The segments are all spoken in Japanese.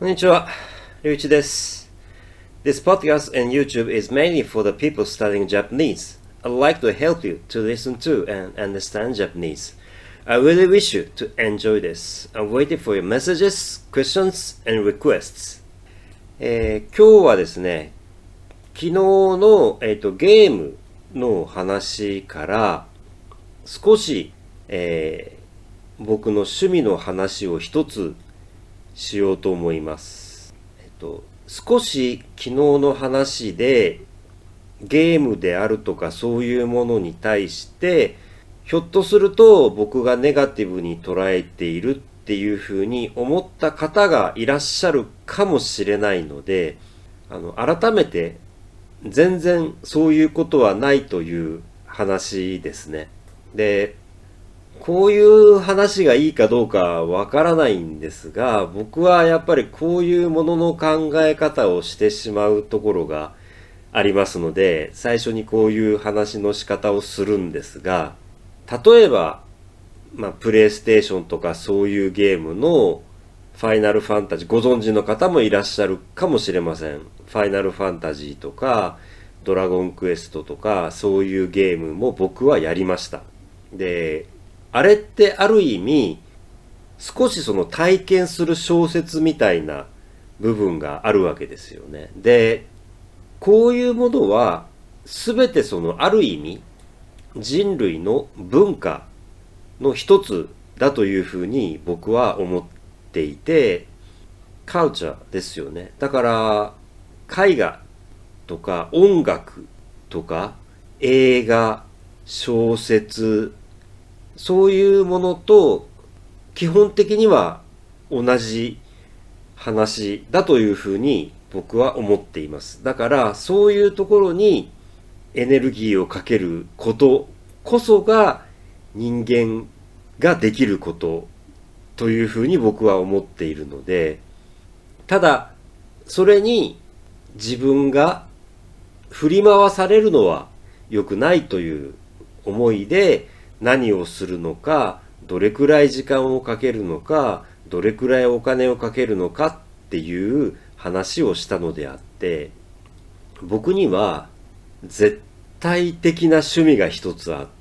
こんにちは、りゅういちです。This podcast and YouTube is mainly for the people studying Japanese. I'd like to help you to listen to and understand Japanese. I really wish you to enjoy this. I'm waiting for your messages, questions, and requests. 今日はですね、昨日の、ゲームの話から少し、僕の趣味の話を一つしようと思います。少し昨日の話でゲームであるとかそういうものに対してひょっとすると僕がネガティブに捉えているっていうふうに思った方がいらっしゃるかもしれないので、改めて全然そういうことはないという話ですね。で、こういう話がいいかどうかわからないんですが、僕はやっぱりこういうものの考え方をしてしまうところがありますので、最初にこういう話の仕方をするんですが、例えば、プレイステーションとかそういうゲームのファイナルファンタジー、ご存知の方もいらっしゃるかもしれません。ファイナルファンタジーとか、ドラゴンクエストとか、そういうゲームも僕はやりました。で、あれってある意味、少しその体験する小説みたいな部分があるわけですよね。で、こういうものは、すべてそのある意味、人類の文化の一つだというふうに僕は思っていて、カルチャーですよね。だから、絵画とか音楽とか映画、小説、そういうものと基本的には同じ話だというふうに僕は思っています。だからそういうところにエネルギーをかけることこそが人間ができることというふうに僕は思っているので、ただそれに自分が振り回されるのは良くないという思いで何をするのか、どれくらい時間をかけるのか、どれくらいお金をかけるのかっていう話をしたのであって、僕には絶対的な趣味が一つあって、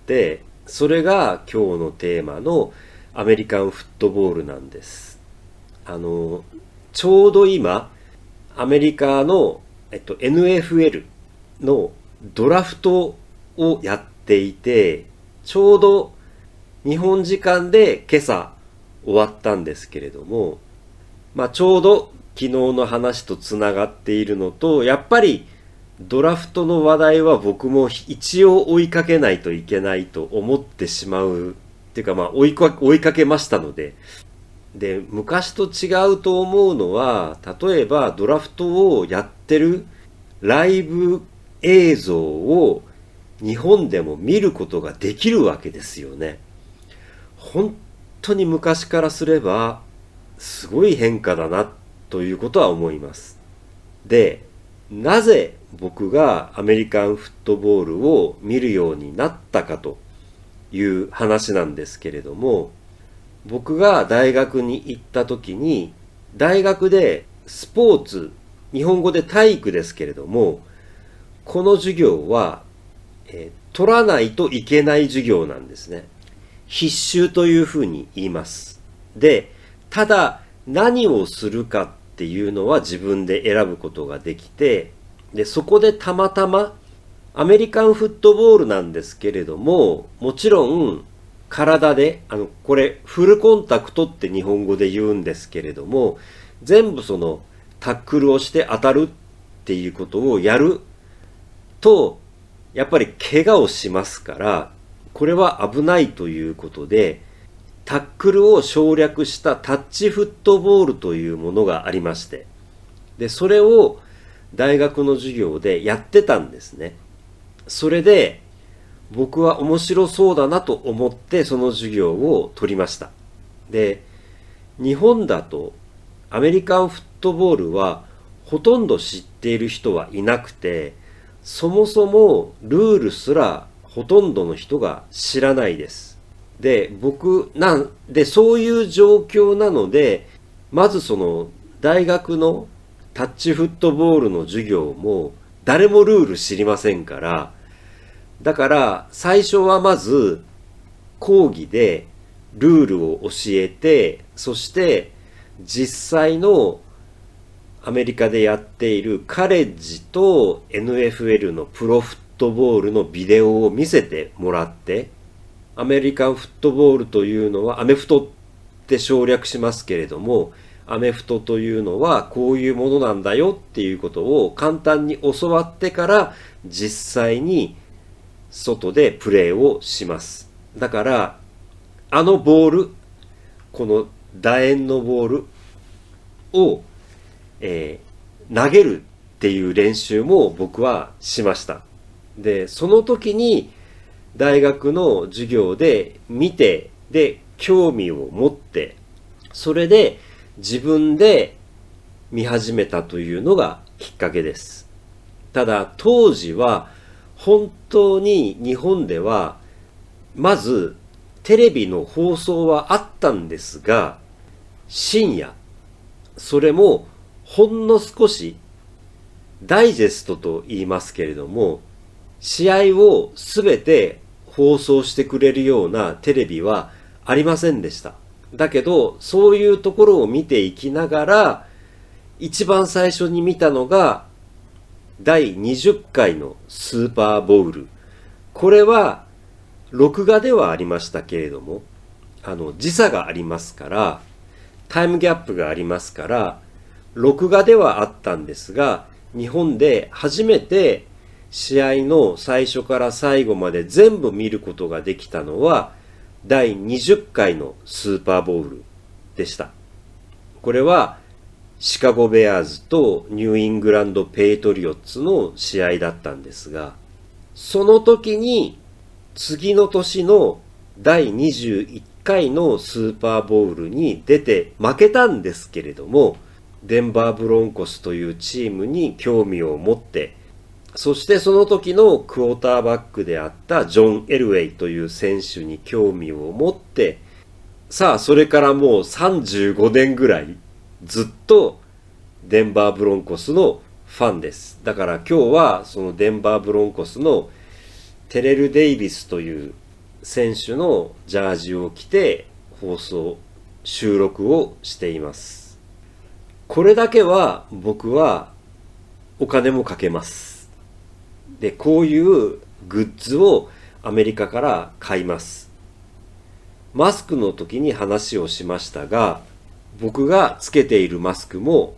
それが今日のテーマのアメリカンフットボールなんです。ちょうど今、アメリカの、NFL のドラフトをやっていて、ちょうど日本時間で今朝終わったんですけれども、ちょうど昨日の話とつながっているのと、やっぱりドラフトの話題は僕も一応追いかけないといけないと思ってしまうっていうか、追いかけましたので、で、昔と違うと思うのは、例えばドラフトをやってるライブ映像を日本でも見ることができるわけですよね。本当に昔からすればすごい変化だなということは思います。で、なぜ僕がアメリカンフットボールを見るようになったかという話なんですけれども、僕が大学に行った時に、大学でスポーツ、日本語で体育ですけれども、この授業は取らないといけない授業なんですね。必修というふうに言います。で、ただ何をするかっていうのは自分で選ぶことができて、で、そこでたまたまアメリカンフットボールなんですけれども、もちろん体で、これフルコンタクトって日本語で言うんですけれども、全部そのタックルをして当たるっていうことをやると、やっぱり怪我をしますから、これは危ないということで、タックルを省略したタッチフットボールというものがありまして、で、それを大学の授業でやってたんですね。それで、僕は面白そうだなと思ってその授業を取りました。で、日本だとアメリカンフットボールはほとんど知っている人はいなくて、そもそもルールすらほとんどの人が知らないです。で、そういう状況なので、まずその大学のタッチフットボールの授業も誰もルール知りませんから、だから最初はまず講義でルールを教えて、そして実際のアメリカでやっているカレッジと NFL のプロフットボールのビデオを見せてもらって、アメリカンフットボールというのはアメフトって省略しますけれども、アメフトというのはこういうものなんだよっていうことを簡単に教わってから実際に外でプレーをします。だからあのボール、この楕円のボールを、投げるっていう練習も僕はしました。で、その時に大学の授業で見て、で興味を持って、それで自分で見始めたというのがきっかけです。ただ当時は本当に日本ではまずテレビの放送はあったんですが、深夜、それもほんの少しダイジェストと言いますけれども、試合をすべて放送してくれるようなテレビはありませんでした。だけどそういうところを見ていきながら、一番最初に見たのが第20回のスーパーボウル。これは録画ではありましたけれども、時差がありますから、タイムギャップがありますから、録画ではあったんですが、日本で初めて試合の最初から最後まで全部見ることができたのは、第20回のスーパーボウルでした。これはシカゴベアーズとニューイングランドペイトリオッツの試合だったんですが、その時に次の年の第21回のスーパーボウルに出て負けたんですけれども、デンバーブロンコスというチームに興味を持って、そしてその時のクォーターバックであったジョン・エルウェイという選手に興味を持って、さあそれからもう35年ぐらいずっとデンバーブロンコスのファンです。だから今日はそのデンバーブロンコスのテレル・デイビスという選手のジャージを着て収録をしています。これだけは僕はお金もかけます。で、こういうグッズをアメリカから買います。マスクの時に話をしましたが、僕がつけているマスクも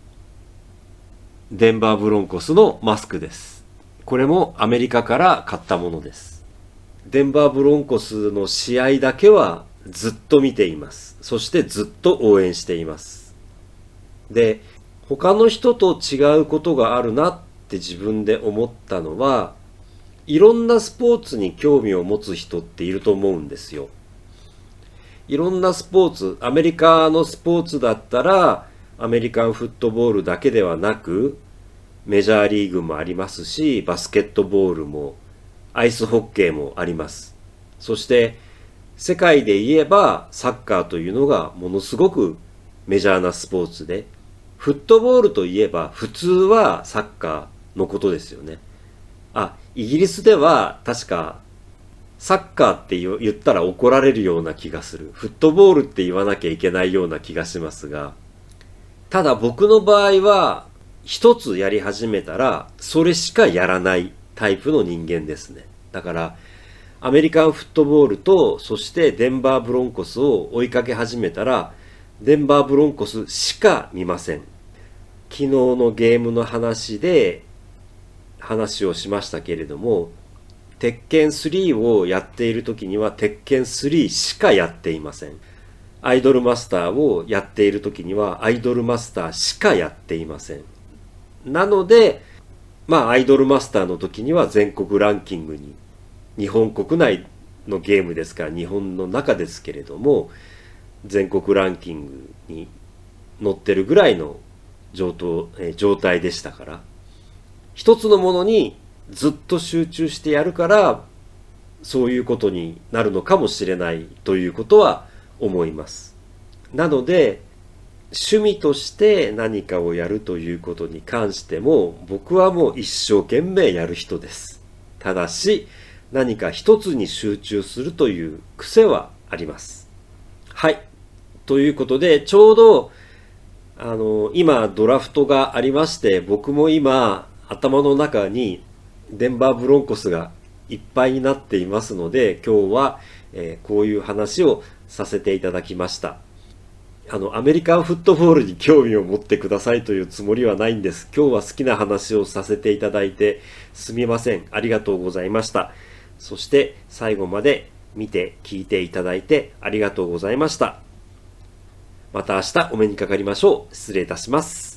デンバーブロンコスのマスクです。これもアメリカから買ったものです。デンバーブロンコスの試合だけはずっと見ています。そしてずっと応援しています。で、他の人と違うことがあるなって自分で思ったのは、いろんなスポーツに興味を持つ人っていると思うんですよ。いろんなスポーツ、アメリカのスポーツだったらアメリカンフットボールだけではなく、メジャーリーグもありますし、バスケットボールもアイスホッケーもあります。そして世界で言えばサッカーというのがものすごくメジャーなスポーツで、フットボールといえば普通はサッカーのことですよね。イギリスでは確かサッカーって言ったら怒られるような気がする。フットボールって言わなきゃいけないような気がしますが、ただ僕の場合は一つやり始めたらそれしかやらないタイプの人間ですね。だからアメリカンフットボールとそしてデンバーブロンコスを追いかけ始めたら、デンバーブロンコスしか見ません。昨日のゲームの話で話をしましたけれども、鉄拳3をやっている時には鉄拳3しかやっていません。アイドルマスターをやっている時にはアイドルマスターしかやっていません。なのでアイドルマスターの時には全国ランキングに、日本国内のゲームですから日本の中ですけれども、全国ランキングに載ってるぐらいの状態でしたから、一つのものにずっと集中してやるからそういうことになるのかもしれないということは思います。なので趣味として何かをやるということに関しても、僕はもう一生懸命やる人です。ただし、何か一つに集中するという癖はあります。はい。ということで、ちょうど、今ドラフトがありまして、僕も今、頭の中にデンバーブロンコスがいっぱいになっていますので、今日は、こういう話をさせていただきました。アメリカンフットボールに興味を持ってくださいというつもりはないんです。今日は好きな話をさせていただいてすみません。ありがとうございました。そして最後まで見て聞いていただいてありがとうございました。また明日お目にかかりましょう。失礼いたします。